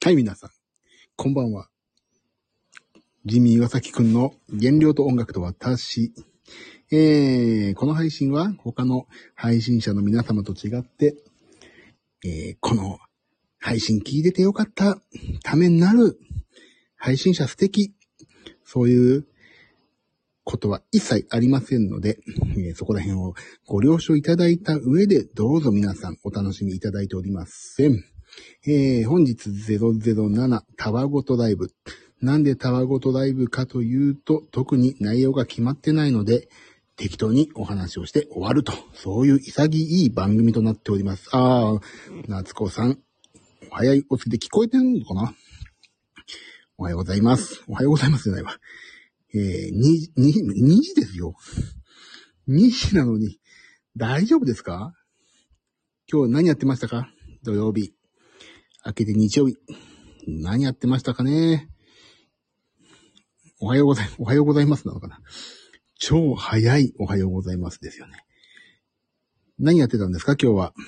はい、皆さん。こんばんは。ジミー岩崎くんの原料と音楽と私。この配信は他の配信者の皆様と違って、この配信聞いててよかった、ためになる、配信者素敵、そういうことは一切ありませんので、そこら辺をご了承いただいた上で、どうぞ皆さんお楽しみいただいておりません。本日007タワゴトライブ。なんでタワゴトライブかというと、特に内容が決まってないので、適当にお話をして終わると。そういう潔い番組となっております。夏子さん。お早いおつきで聞こえてるのかな？おはようございます。おはようございますじゃないわ。2時ですよ。2時なのに、大丈夫ですか？今日何やってましたか？土曜日。明けて日曜日。何やってましたかね？おはようございますなのかな？超早いおはようございますですよね。何やってたんですか今日は。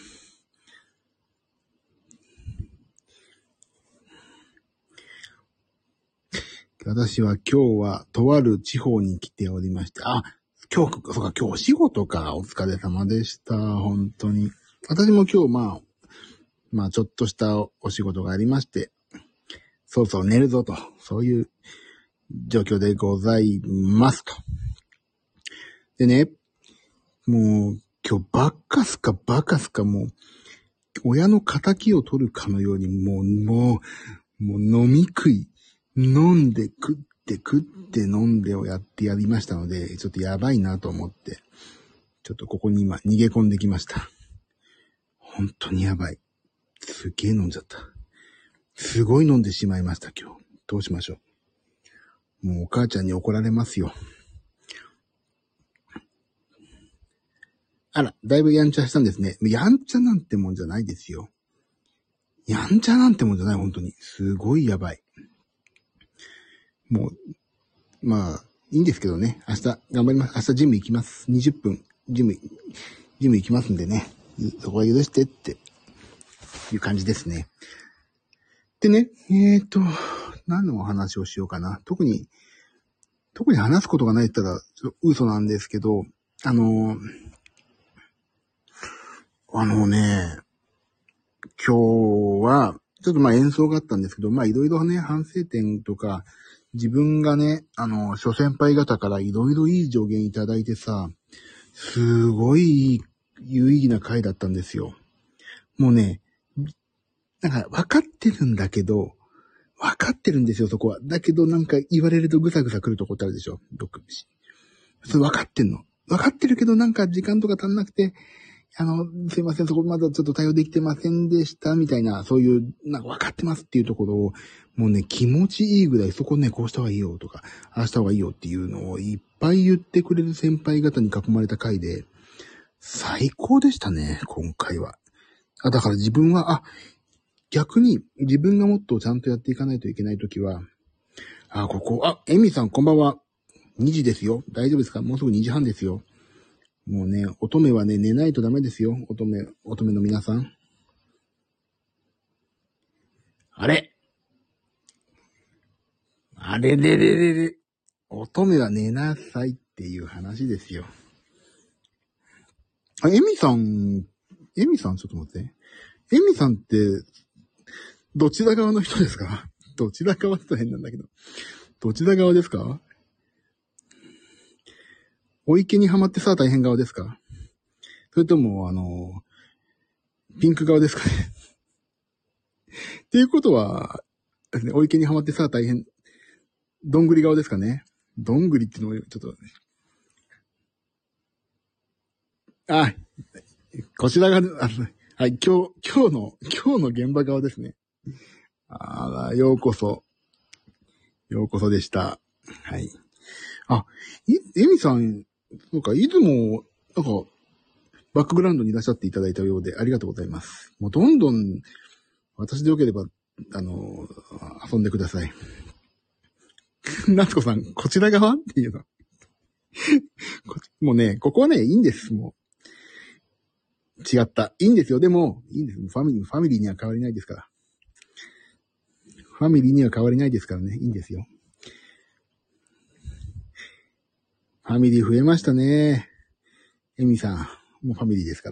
私は今日はとある地方に来ておりまして、今日お仕事か。お疲れ様でした。本当に。私も今日ちょっとしたお仕事がありまして、そうそう寝るぞと、そういう状況でございますと。でね、もう今日バカすかもう、親の仇を取るかのようにもう飲み食い、飲んで食って飲んでをやってやりましたので、ちょっとやばいなと思って、ちょっとここに今逃げ込んできました。本当にやばい。すげえ飲んじゃった。すごい飲んでしまいました今日。どうしましょう。もうお母ちゃんに怒られますよ。あら、だいぶやんちゃしたんですね。やんちゃなんてもんじゃないですよ。やんちゃなんてもんじゃない、本当に。すごいやばい。もう、いいんですけどね。明日頑張ります。明日ジム行きます。20分、ジム行きますんでね。そこは許してっていう感じですね。でね、何のお話をしようかな。特に話すことがないって言ったら嘘なんですけど、今日は、ちょっと演奏があったんですけど、いろいろね、反省点とか、自分がね、諸先輩方からいろいろいい助言いただいてさ、すごい有意義な回だったんですよ。もうね、なんか分かってるんだけど、分かってるんですよ、そこは。だけどなんか言われるとぐさぐさ来るとこってあるでしょ、それ分かってんの。分かってるけどなんか時間とか足んなくて、すいません、そこまだちょっと対応できてませんでした、みたいな、そういう、なんか分かってますっていうところを、もうね、気持ちいいぐらい、そこね、こうした方がいいよとか、ああした方がいいよっていうのをいっぱい言ってくれる先輩方に囲まれた回で、最高でしたね、今回は。だから自分は、逆に自分がもっとちゃんとやっていかないといけないときは、エミさんこんばんは。2時ですよ。大丈夫ですか？もうすぐ2時半ですよ。もうね、乙女はね、寝ないとダメですよ。乙女の皆さん。あれれ。乙女は寝なさいっていう話ですよ。エミさんちょっと待って。エミさんって、どちら側の人ですか？どちら側って変なんだけど。どちら側ですか？お池にはまってさ大変側ですか？それとも、ピンク側ですかね？っていうことは、お池にはまってさ大変、どんぐり側ですかね？どんぐりっていうのもちょっと、こちらが、はい、今日の現場側ですね。ようこそでした。はい。エミさん、そうか、いつも、なんか、バックグラウンドにいらっしゃっていただいたようでありがとうございます。もうどんどん、私でよければ、遊んでください。夏子さん、こちら側っていうの。もうね、ここはね、いいんです。もう。違った。いいんですよ。でも、いいんです。ファミリーには変わりないですから。 ファミリーには変わりないですからね。いいんですよ。ファミリー増えましたね。エミさん、もうファミリーですから。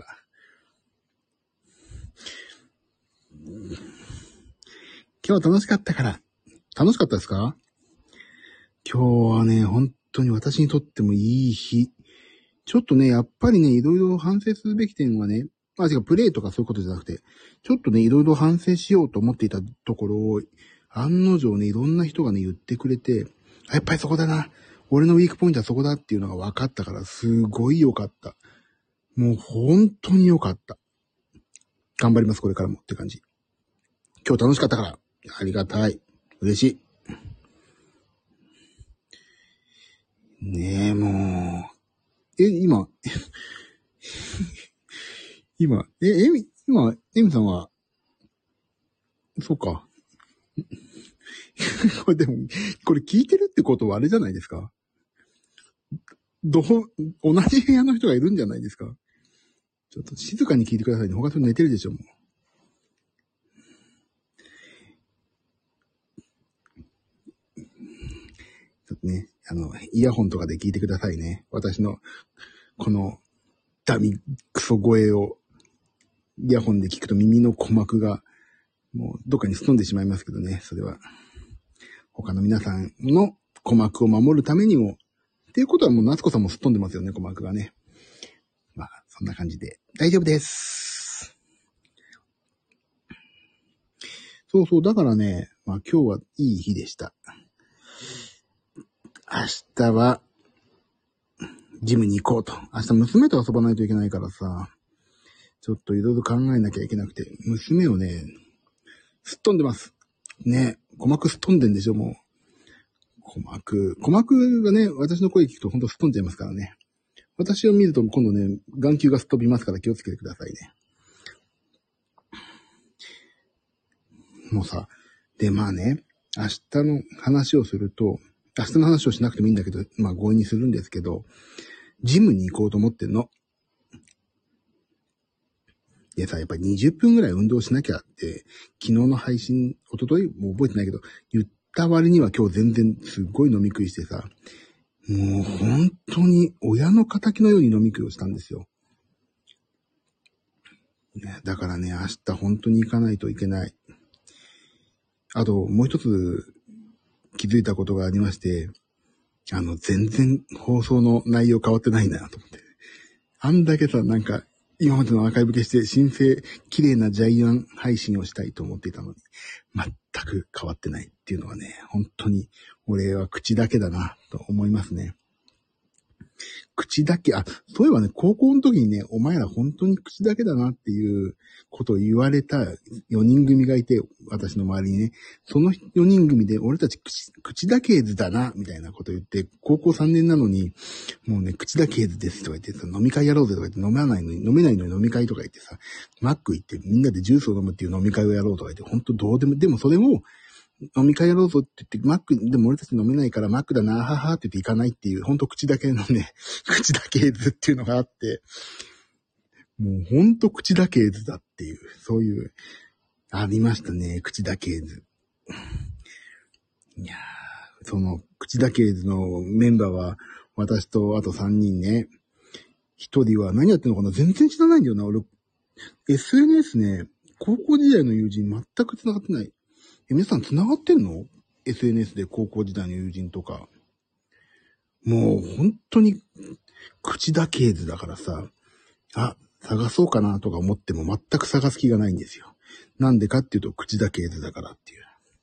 今日楽しかったから。楽しかったですか？今日はね、本当に私にとってもいい日。ちょっとね、やっぱりね、いろいろ反省するべき点はね、プレイとかそういうことじゃなくて、ちょっとね、いろいろ反省しようと思っていたところを、案の定ね、いろんな人がね、言ってくれて、やっぱりそこだな。俺のウィークポイントはそこだっていうのが分かったから、すごい良かった。もう本当に良かった。頑張ります、これからもって感じ。今日楽しかったから。ありがたい。嬉しい。ねえ、もう。今、エミさんは、そうか。これでも、これ聞いてるってことはあれじゃないですか？同じ部屋の人がいるんじゃないですか？ちょっと静かに聞いてくださいね。他の人寝てるでしょ、もう。ちょっとね、イヤホンとかで聞いてくださいね。私の、この、ダミクソ声を、イヤホンで聞くと耳の鼓膜が、もう、どっかにすっ飛んでしまいますけどね、それは。他の皆さんの鼓膜を守るためにも、っていうことはもう夏子さんもすっ飛んでますよね、鼓膜がね。そんな感じで大丈夫です。そうそう、だからね、今日はいい日でした。明日は、ジムに行こうと。明日娘と遊ばないといけないからさ、ちょっといろいろ考えなきゃいけなくて、娘をね、すっ飛んでます。ね、鼓膜すっ飛んでんでしょ、もう。鼓膜がね、私の声聞くとほんとすっ飛んじゃいますからね。私を見ると今度ね、眼球がすっ飛びますから気をつけてくださいね。もうさ、で明日の話をすると、明日の話をしなくてもいいんだけど、強引にするんですけど、ジムに行こうと思ってんの。でさ、やっぱり20分ぐらい運動しなきゃって、昨日の配信、一昨日もう覚えてないけど、言った割には今日全然すっごい飲み食いしてさ、もう本当に親の仇のように飲み食いをしたんですよ。ね、だからね、明日本当に行かないといけない。あと、もう一つ気づいたことがありまして、全然放送の内容変わってないなと思って。あんだけさ、今までのアーカイブ消して新生、綺麗なジャイアン配信をしたいと思っていたのに、全く変わってないっていうのはね、本当に俺は口だけだなと思いますね。口だけ、そういえばね、高校の時にね、お前ら本当に口だけだなっていうことを言われた4人組がいて、私の周りにね、その4人組で俺たち口だけ図だな、みたいなこと言って、高校3年なのに、もうね、口だけ図ですとか言ってさ、飲み会やろうぜとか言って飲めないのに飲み会とか言ってさ、マック行ってみんなでジュースを飲むっていう飲み会をやろうとか言って、本当どうでも、でもそれも、飲み会やろうぞって言って、マック、でも俺たち飲めないからマックだな、ははって言って行かないっていう、ほんと口だけのね、口だけ図っていうのがあって、もうほんと口だけ図だっていう、そういう、ありましたね、口だけ図。いやー、その口だけ図のメンバーは、私とあと3人ね、1人は何やってんのかな、全然知らないんだよな、俺。SNS ね、高校時代の友人全く繋がってない。皆さん繋がってんの？ SNS で高校時代の友人とか。もう本当に口だけ図だからさ、探そうかなとか思っても全く探す気がないんですよ。なんでかっていうと口だけ図だからっていう。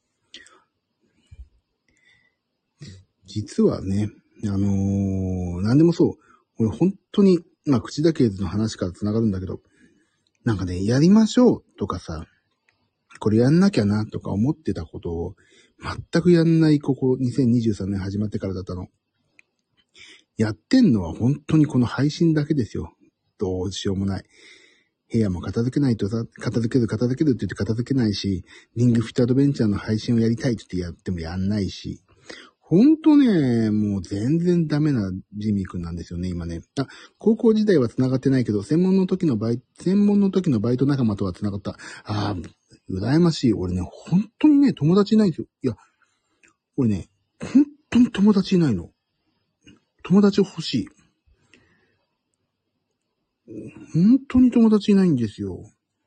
実はね、なんでもそう。俺本当に、口だけ図の話から繋がるんだけど、やりましょうとかさ、これやんなきゃなとか思ってたことを全くやんないここ2023年始まってからだったの。やってんのは本当にこの配信だけですよ。どうしようもない。部屋も片付けないとさ、片付けるって言って片付けないし、リングフィットアドベンチャーの配信をやりたいって言ってやってもやんないし、ほんとね、もう全然ダメなジミー君なんですよね、今ね。高校時代は繋がってないけど、専門の時のバイト仲間とは繋がった。 羨ましい。俺ね、本当にね、友達いないんですよ。いや、俺ね、本当に友達いないの。友達欲しい。本当に友達いないんですよ。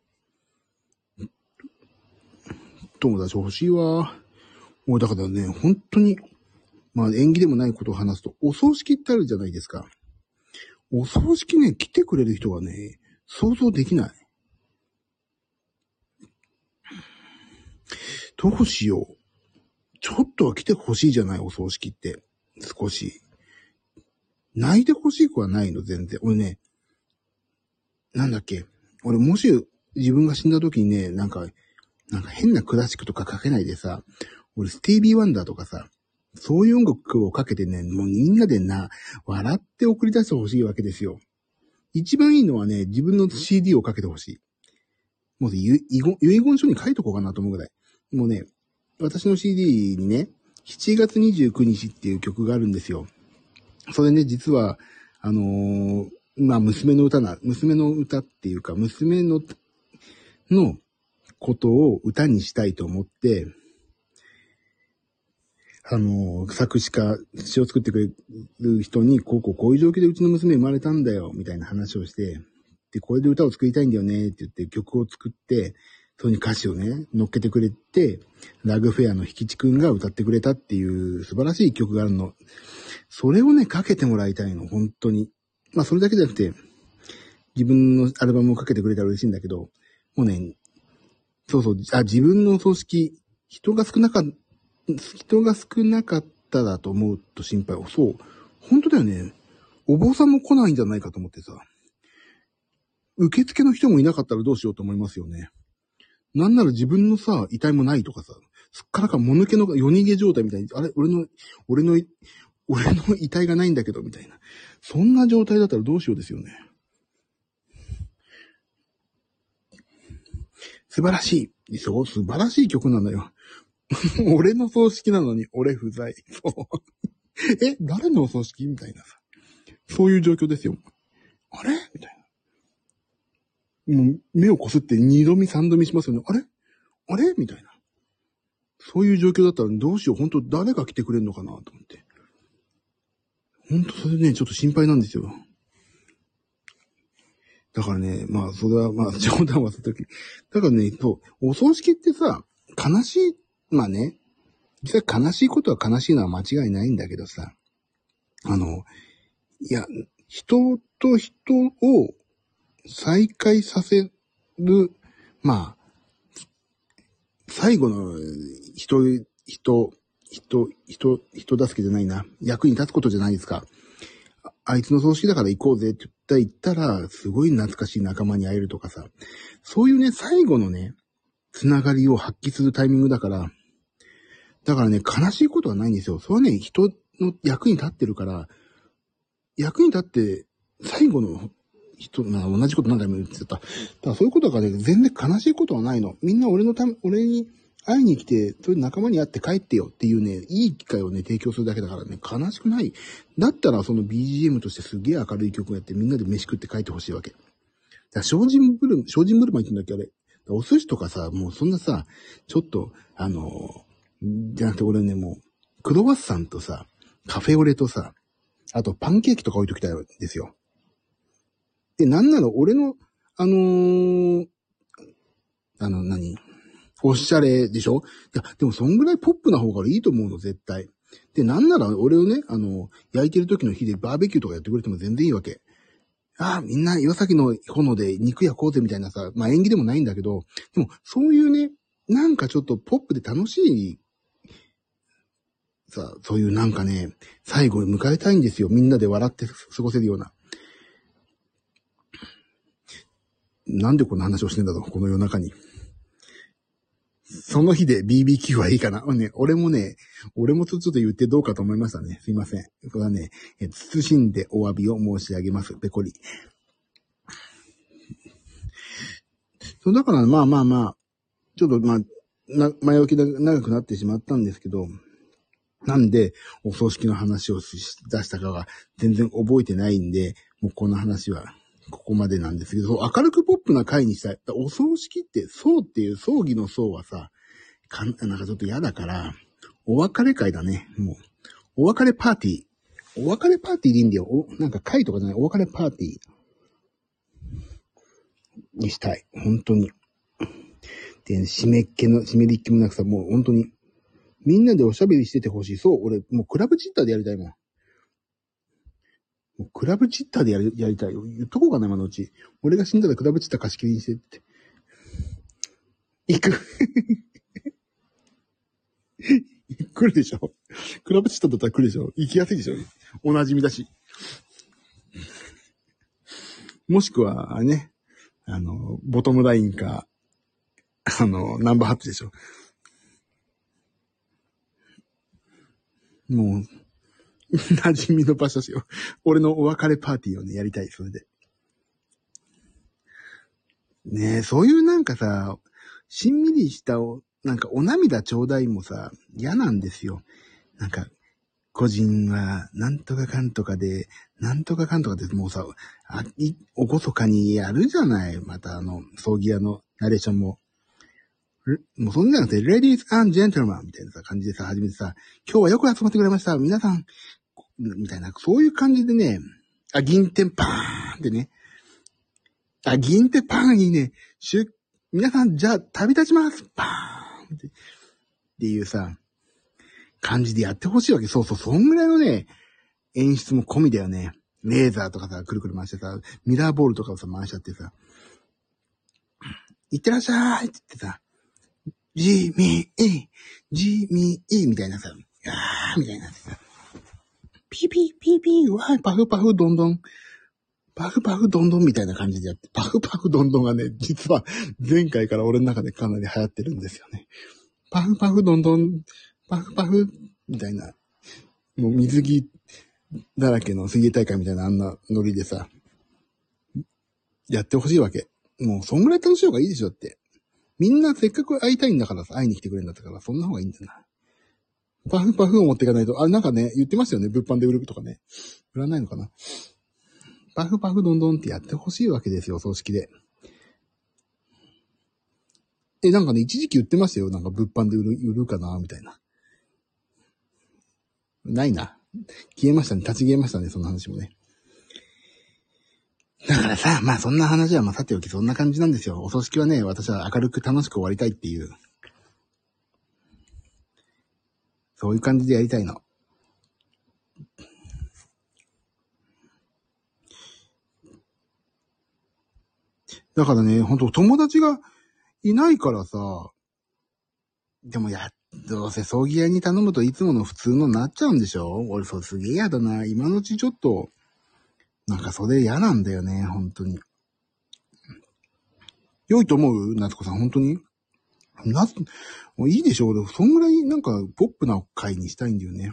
友達欲しいわ。俺だからね、本当に、まあ縁起でもないことを話すと、お葬式ってあるじゃないですか。お葬式ね、来てくれる人がね、想像できない。どうしよう。ちょっとは来てほしいじゃない、お葬式って。少し。泣いてほしい子はないの、全然。俺ね、なんだっけ。俺もし自分が死んだ時にね、なんか変なクラシックとかかけないでさ、俺スティービー・ワンダーとかさ、そういう音楽をかけてね、もうみんなで笑って送り出してほしいわけですよ。一番いいのはね、自分の CD をかけてほしい。もう遺言書に書いとこうかなと思うぐらい。もうね、私の CD にね、7月29日っていう曲があるんですよ。それね、実は、まあ、娘の歌っていうか、娘のことを歌にしたいと思って、作詞を作ってくれる人に、こういう状況でうちの娘生まれたんだよ、みたいな話をして、で、これで歌を作りたいんだよね、って言って曲を作って、それに歌詞をね、乗っけてくれて、ラグフェアのひきちくんが歌ってくれたっていう素晴らしい曲があるの。それをね、かけてもらいたいの、本当に。まあ、それだけじゃなくて、自分のアルバムをかけてくれたら嬉しいんだけど、もうね、自分の葬式、人が少なかっただと思うと心配。そう。本当だよね。お坊さんも来ないんじゃないかと思ってさ。受付の人もいなかったらどうしようと思いますよね。なんなら自分のさ、遺体もないとかさ、すっからかもぬけの夜逃げ状態みたいに、あれ、俺の遺体がないんだけど、みたいな。そんな状態だったらどうしようですよね。素晴らしい。そう、素晴らしい曲なんだよ。俺の葬式なのに俺不在。そう。誰のお葬式みたいなさ。そういう状況ですよ。あれみたいな。もう目をこすって二度見三度見しますよね。あれみたいな。そういう状況だったらどうしよう。本当誰が来てくれるのかなと思って。本当それね、ちょっと心配なんですよ。だからね、まあ、それは、まあ、冗談はさとき。だからね、お葬式ってさ、悲しい、まあね、実際悲しいことは悲しいのは間違いないんだけどさ、いや、人と人を再会させる、まあ、最後の人助けじゃないな。役に立つことじゃないですか。あいつの葬式だから行こうぜって言ったら、すごい懐かしい仲間に会えるとかさ。そういうね、最後のね、つながりを発揮するタイミングだから、ね、悲しいことはないんですよ。それはね、人の役に立ってるから、役に立って、最後の同じこと何回も言ってた。だからそういうことがね、全然悲しいことはないの。みんな俺に会いに来て、そういう仲間に会って帰ってよっていうね、いい機会をね、提供するだけだからね、悲しくない。だったらその BGM としてすげえ明るい曲をやってみんなで飯食って帰ってほしいわけ。だから精進ブルマ言ってんだっけあれ。お寿司とかさ、もうそんなさ、ちょっと、じゃなくて俺ね、もう、クロワッサンとさ、カフェオレとさ、あとパンケーキとか置いときたいんですよ。で、なんなら俺の、おしゃれでしょ？いや、でもそんぐらいポップな方がいいと思うの、絶対。で、なんなら俺をね、焼いてる時の火でバーベキューとかやってくれても全然いいわけ。みんな岩崎の炎で肉焼こうぜみたいなさ、まあ縁起でもないんだけど、でもそういうね、なんかちょっとポップで楽しい、さ、そういうなんかね、最後に迎えたいんですよ。みんなで笑って過ごせるような。なんでこんな話をしてんだろう、この夜中に。その日で BBQ はいいかな。俺もちょっと言ってどうかと思いましたね。すいません。これはね、謹んでお詫びを申し上げます。ペコリ。そう、だからまあ、ちょっと前置きで長くなってしまったんですけど、なんでお葬式の話を出したかが全然覚えてないんで、もうこの話はここまでなんですけど、明るくポップな回にしたい。お葬式って、葬っていう葬儀の葬はさ、なんかちょっと嫌だから、お別れ会だね。もう、お別れパーティー。お別れパーティーでいいんだよ。なんか会とかじゃない、お別れパーティーにしたい。本当に。で、締めりっ気もなくさ、もう本当に、みんなでおしゃべりしててほしい。そう、俺、もうクラブチッターでやりたいもん。もうクラブチッターでやりたいよ。言っとこうかな、今のうち。俺が死んだらクラブチッター貸し切りにしてって。行く。来るでしょ。クラブチッターだったら来るでしょ。行きやすいでしょ。お馴染みだし。もしくは、ね、ボトムラインか、ナンバーハットでしょ。もう、馴染みの場所しよ。俺のお別れパーティーをね、やりたい、それで。ねえ、そういうなんかさ、しんみりしたなんかお涙ちょうだいもさ、嫌なんですよ。なんか、個人は、なんとかかんとかで、なんとかかんとかで、もうさ、おごそかにやるじゃない。また葬儀屋のナレーションも。もうそんじゃなくて、Ladies and Gentlemen みたいなさ、感じでさ、始めてさ、今日はよく集まってくれました。皆さん、みたいな、そういう感じでね、銀天パーンってね、銀天パーンいいね、皆さん、じゃあ、旅立ちますパーンっていうさ、感じでやってほしいわけ。そうそう、そんぐらいのね、演出も込みだよね。レーザーとかさ、くるくる回してさ、ミラーボールとかをさ、回しちゃってさ、いってらっしゃいって言ってさ、ジミーみたいなさ、みたいなさ、ピーピーピーピー、わー、パフパフどんどん、パフパフどんどんみたいな感じでやって、パフパフどんどんがね、実は前回から俺の中でかなり流行ってるんですよね。パフパフどんどん、パフパフみたいな、もう水着だらけの水泳大会みたいなあんなノリでさ、やってほしいわけ。もうそんぐらい楽しい方がいいでしょって。みんなせっかく会いたいんだからさ、会いに来てくれるんだったから、そんな方がいいんだな。パフパフを持っていかないと、なんかね、言ってましたよね。物販で売るとかね。売らないのかな。パフパフどんどんってやってほしいわけですよ、葬式で。なんかね、一時期言ってましたよ。なんか物販で売るかな、みたいな。ないな。消えましたね。立ち消えましたね、その話もね。だからさ、まあそんな話はまあさておきそんな感じなんですよ。お葬式はね、私は明るく楽しく終わりたいっていう。そういう感じでやりたいの。だからね、ほんと友達がいないからさ、でもどうせ葬儀屋に頼むといつもの普通のになっちゃうんでしょ？俺そうすげえ嫌だな。今のうちちょっと、なんかそれ嫌なんだよね、本当に。良いと思う？夏子さん、本当にもういいでしょ？そんぐらいなんかポップな回にしたいんだよね。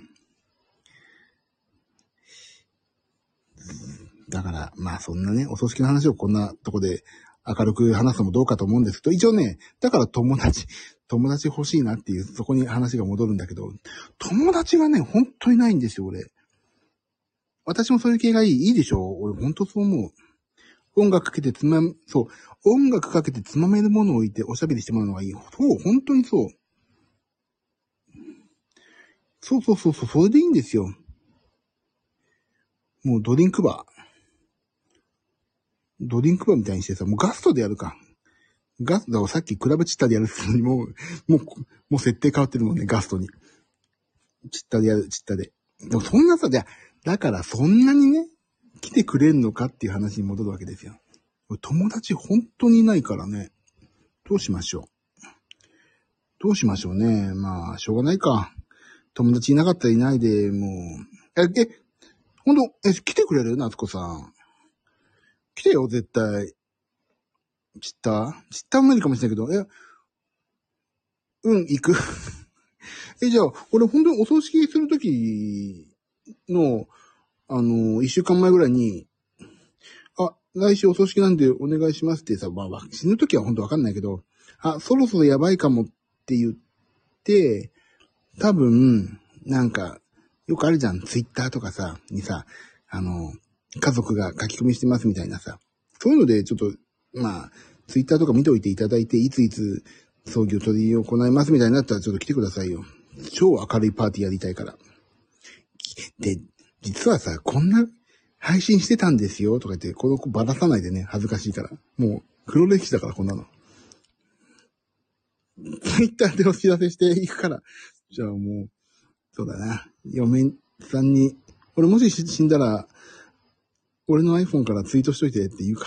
だから、まあそんなね、お葬式の話をこんなとこで明るく話すのもどうかと思うんですけど、一応ね、だから友達欲しいなっていう、そこに話が戻るんだけど、友達がね、本当にないんですよ、俺。私もそういう系がいいでしょ？俺本当そう思う。音楽かけて音楽かけてつまめるものを置いておしゃべりしてもらうのがいい。そう、本当にそう。そう、それでいいんですよ。もうドリンクバーみたいにしてさ、もうガストでやるか。だからさっきクラブチッタでやるのにもう設定変わってるもんね、ガストに。チッタでやる、チッタで。でもそんなさ、だからそんなにね、来てくれんのかっていう話に戻るわけですよ。友達本当にいないからね。どうしましょうね。まあ、しょうがないか。友達いなかったらいないで、もう。ほんと、来てくれる？夏子さん。来てよ、絶対。チッタは無理かもしれないけど、行く。じゃあ、俺本当にお葬式するときの、一週間前ぐらいに、来週お葬式なんでお願いしますってさ、まあ、死ぬときは本当わかんないけど、そろそろやばいかもって言って、多分、なんか、よくあるじゃん、ツイッターとかさ、にさ、家族が書き込みしてますみたいなさ、 そういうので、ちょっと、まあ、ツイッターとか見ておいていただいて、いついつ葬儀を取り行いますみたいになったらちょっと来てくださいよ。超明るいパーティーやりたいから。で、実はさ、こんな配信してたんですよとか言って、この子ばらさないでね、恥ずかしいから。もう、黒歴史だから、こんなの。ツイッターでお知らせしていくから。じゃあもう、そうだな。嫁さんに、俺もし死んだら、俺の iPhone からツイートしといてって言うか。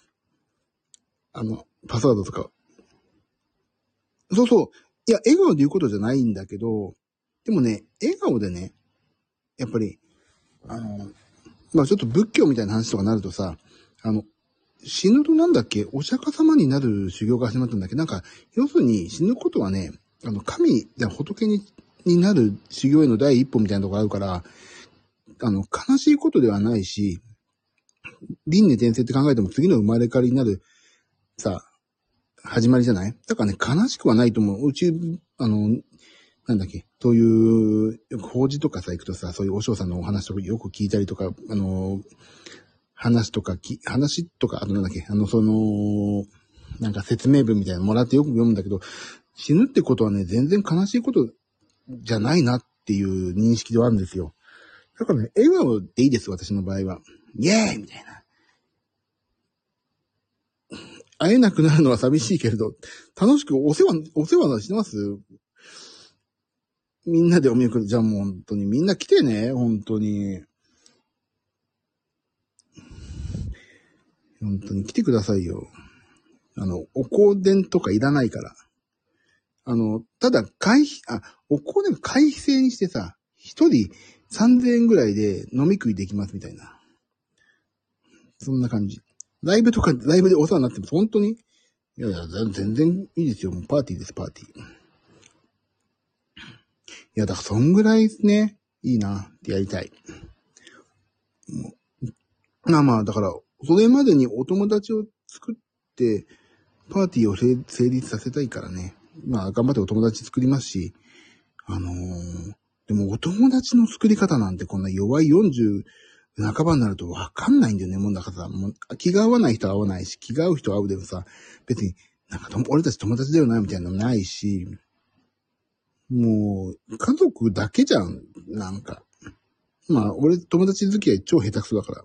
パスワードとか。そうそう。いや、笑顔で言うことじゃないんだけど、でもね、笑顔でね、やっぱり、まあちょっと仏教みたいな話とかなるとさ、死ぬとなんだっけ、お釈迦様になる修行が始まったんだっけ、なんか、要するに死ぬことはね、神や仏になる修行への第一歩みたいなところがあるから、悲しいことではないし、輪廻転生って考えても次の生まれ変わりになる、さ、始まりじゃない？だからね、悲しくはないと思う。うち、なんだっけ、そういう、法事とかさ、行くとさ、そういうお嬢さんのお話とかよく聞いたりとか、話とか、あとなんだっけ、なんか説明文みたいなのもらってよく読むんだけど、死ぬってことはね、全然悲しいことじゃないなっていう認識ではあるんですよ。だからね、笑顔でいいです、私の場合は。イエーイみたいな。会えなくなるのは寂しいけれど、楽しくお世話してます。みんなでお見送り。じゃあもう本当にみんな来てね、本当に。本当に来てくださいよ。お香典とかいらないから。ただ、お香典会費制にしてさ、一人3000円ぐらいで飲み食いできますみたいな。そんな感じ。ライブでお世話になってます。本当に？いやいや、全然いいですよ。もうパーティーです、パーティー。いや、だからそんぐらいね、いいなってやりたい。まあ、だから、それまでにお友達を作って、パーティーを成立させたいからね。まあ、頑張ってお友達作りますし、でもお友達の作り方なんてこんな弱い40半ばになるとわかんないんだよね。もうだからさ、もう気が合わない人は合わないし、気が合う人は合うでもさ、別になんか俺たち友達だよな、みたいなのないし、もう家族だけじゃん、なんか。まあ、俺友達付き合い超下手くそだから。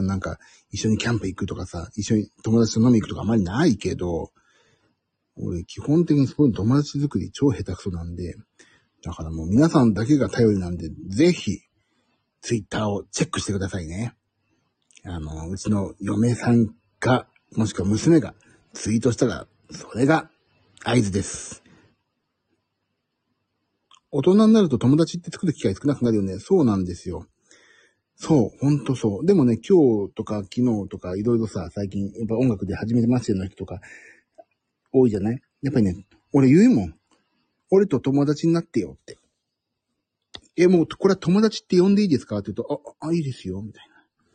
なんか、一緒にキャンプ行くとかさ、一緒に友達と飲み行くとかあまりないけど、俺基本的にそういう友達作り超下手くそなんで、だからもう皆さんだけが頼りなんで、ぜひ、ツイッターをチェックしてくださいね。うちの嫁さんが、もしくは娘がツイートしたら、それが合図です。大人になると友達って作る機会少なくなるよね。そうなんですよ。そう、ほんとそう。でもね、今日とか昨日とかいろいろさ、最近、やっぱ音楽で始めてますような人とか多いじゃない？やっぱりね、俺言うもん。俺と友達になってよって。もうこれは友達って呼んでいいですかって言うと、いいですよ、みたい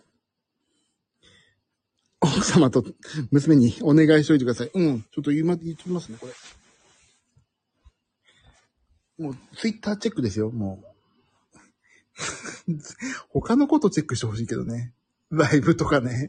な。奥様と娘にお願いしといてください。うん、ちょっと言ってみますね、これ。もう、ツイッターチェックですよ、もう。他のことチェックしてほしいけどね。ライブとかね。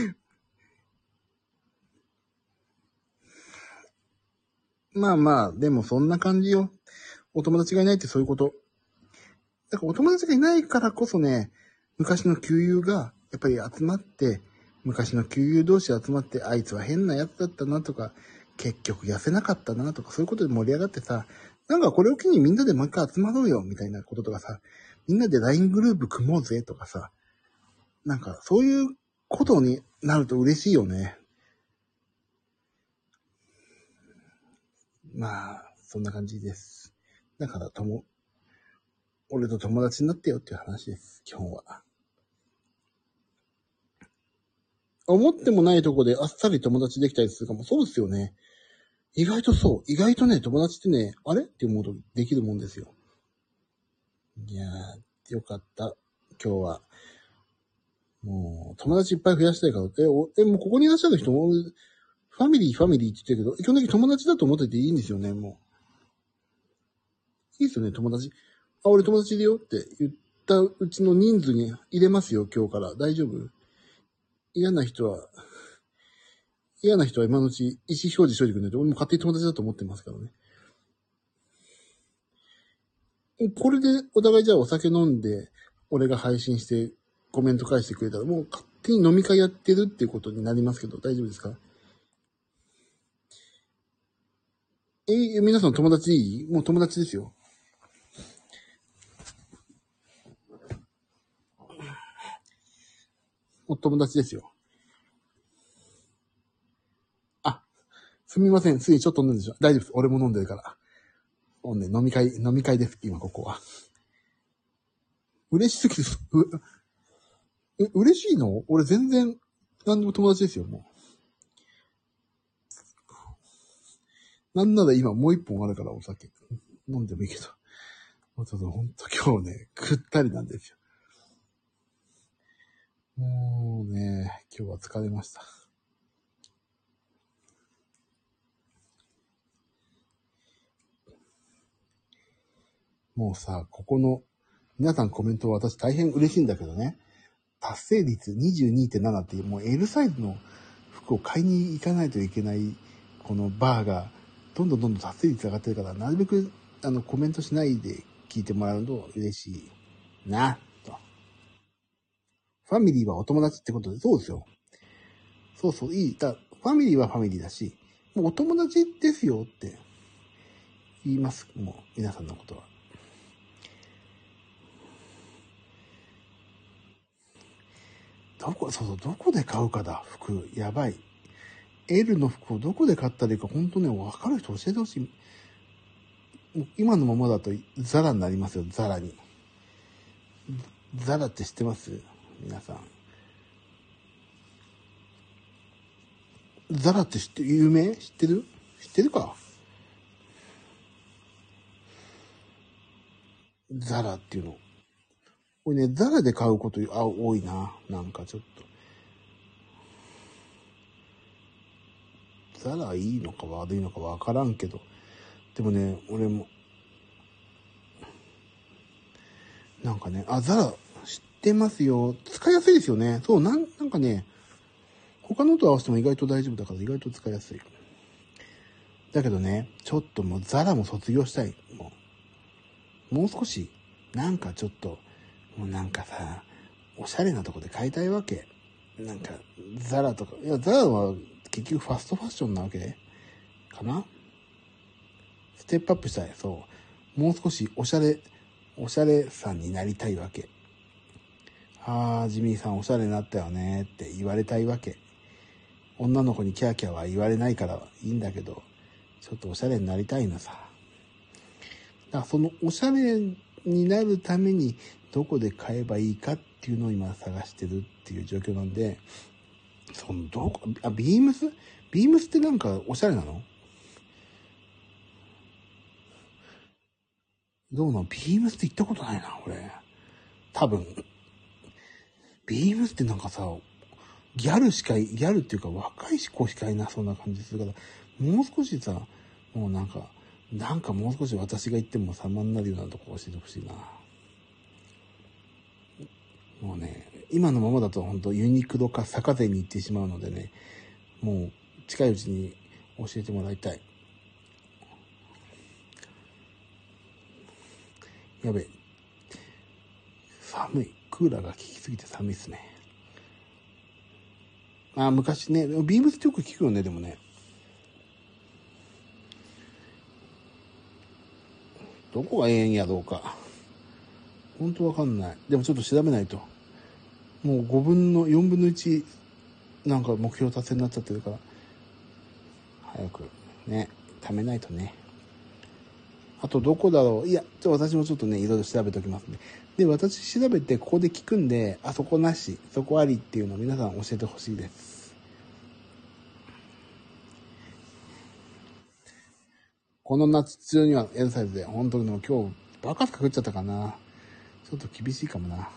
まあまあ、でもそんな感じよ。お友達がいないってそういうこと。だからお友達がいないからこそね、昔の旧友がやっぱり集まって、昔の旧友同士集まって、あいつは変なやつだったなとか、結局痩せなかったなとか、そういうことで盛り上がってさ、なんかこれを機にみんなでもう一回集まろうよみたいなこととかさ、みんなで LINE グループ組もうぜとかさ、なんかそういうことになると嬉しいよね。まあ、そんな感じです。だから俺と友達になってよっていう話です、基本は。思ってもないとこであっさり友達できたりするかも。そうですよね。意外とそう。意外とね、友達ってね、あれって思うとできるもんですよ。いやー、よかった。今日は。もう、友達いっぱい増やしたいから。もうここにいらっしゃる人も、ファミリーって言ってるけど、基本的に友達だと思ってていいんですよね、もう。いいですよね、友達。俺友達いるよって言ったうちの人数に入れますよ、今日から。大丈夫？ 嫌な人は今のうち意思表示しといてくれないと、俺も勝手に友達だと思ってますからね。これでお互いじゃあお酒飲んで、俺が配信してコメント返してくれたら、もう勝手に飲み会やってるっていうことになりますけど、大丈夫ですか？皆さん友達いい？もう友達ですよ。もう友達ですよ。あ、すみません。ついちょっと飲んでしょ。大丈夫です。俺も飲んでるから。もうね、飲み会です。今ここは。嬉しすぎる。嬉しいの？俺全然、何でも友達ですよ、もう。なんなら今もう一本あるからお酒。飲んでもいいけど。もうちょっとほんと今日ね、ぐったりなんですよ。もうね、今日は疲れました。もうさ、ここの、皆さんコメントは私大変嬉しいんだけどね。達成率 22.7 っていうもう L サイズの服を買いに行かないといけないこのバーがどんどん達成率上がってるから、なるべくコメントしないで聞いてもらうと嬉しいなと。ファミリーはお友達ってことで、そうですよ。そうそう、いい。ファミリーはファミリーだし、もうお友達ですよって言います。もう皆さんのことは。どこで買うかだ、服。やばい。L の服をどこで買ったらいいか、ほんとね、わかる人教えてほしい。もう今のままだとザラになりますよ、ザラに。ザラって知ってます？皆さん。ザラって有名？知ってる？知ってるか？ザラっていうの。これね、ザラで買うこと多いな。なんかちょっと。ザラいいのか悪いのかわからんけど。でもね、俺も、なんかね、ザラ知ってますよ。使いやすいですよね。そう、なんかね、他のと合わせても意外と大丈夫だから意外と使いやすい。だけどね、ちょっともうザラも卒業したい。もう少し、なんかちょっと、もうなんかさ、おしゃれなとこで買いたいわけ。なんか、ザラとか。いや、ザラは結局ファストファッションなわけかな？ステップアップしたい。そう。もう少しおしゃれさんになりたいわけ。ジミーさんおしゃれになったよねって言われたいわけ。女の子にキャーキャーは言われないからいいんだけど、ちょっとおしゃれになりたいのさ。だからそのおしゃれになるためにどこで買えばいいかっていうのを今探してるっていう状況なんで、ビームス？ビームスってなんかおしゃれなの？どうなの？ビームスって行ったことないな、俺。多分。ビームスってなんかさ、ギャルっていうか若い子しかいなそうな感じするから、もう少しさ、もうなんかもう少し私が行っても様になるようなとこ教えてほしいな。もうね、今のままだと本当ユニクロか坂勢に行ってしまうのでね、もう近いうちに教えてもらいたい。やべ。寒い。クーラーが効きすぎて寒いっすね。昔ね、ビームスってよく聞くよね、でもね。どこがええんやろうか。本当わかんない。でもちょっと調べないと。もう4分の1、なんか目標達成になっちゃってるから、早くね、貯めないとね。あとどこだろう。いや、私もちょっとね、いろいろ調べておきますね。で、私調べてここで聞くんで、そこなし、そこありっていうのを皆さん教えてほしいです。この夏中には L サイズで、本当にもう今日、バカスカ食っちゃったかな。ちょっと厳しいかもな。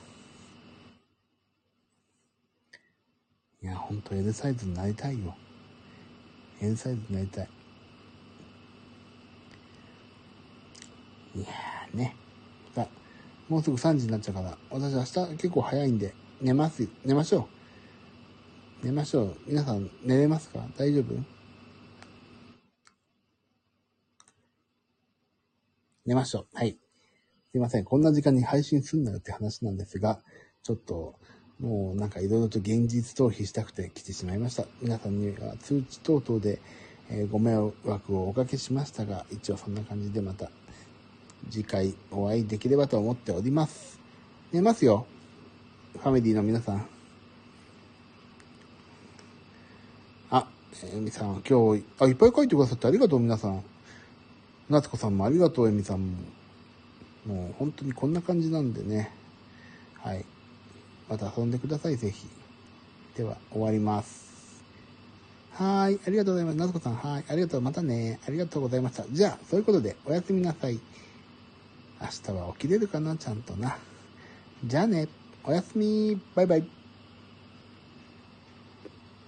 いや、本当 L サイズになりたいよ。L サイズになりたい。いやーね。もうすぐ3時になっちゃうから、私明日結構早いんで、寝ましょう。 寝ましょう。皆さん寝れますか？大丈夫？寝ましょう。はい。すいません。こんな時間に配信すんなよって話なんですが、ちょっと、もうなんかいろいろと現実逃避したくて来てしまいました。皆さんには通知等々で、ご迷惑をおかけしましたが、一応そんな感じでまた次回お会いできればと思っております。寝ますよ。ファミリーの皆さん。あ、えみさん、今日、いっぱい書いてくださってありがとう、皆さん。夏子さんもありがとう、えみさんも。もう本当にこんな感じなんでね。はい。また遊んでください、ぜひ。では、終わります。はい。ありがとうございます。夏子さん、はい。ありがとう。またね。ありがとうございました。じゃあ、そういうことで、おやすみなさい。明日は起きれるかな、ちゃんとな。じゃあね。おやすみ。バイバイ。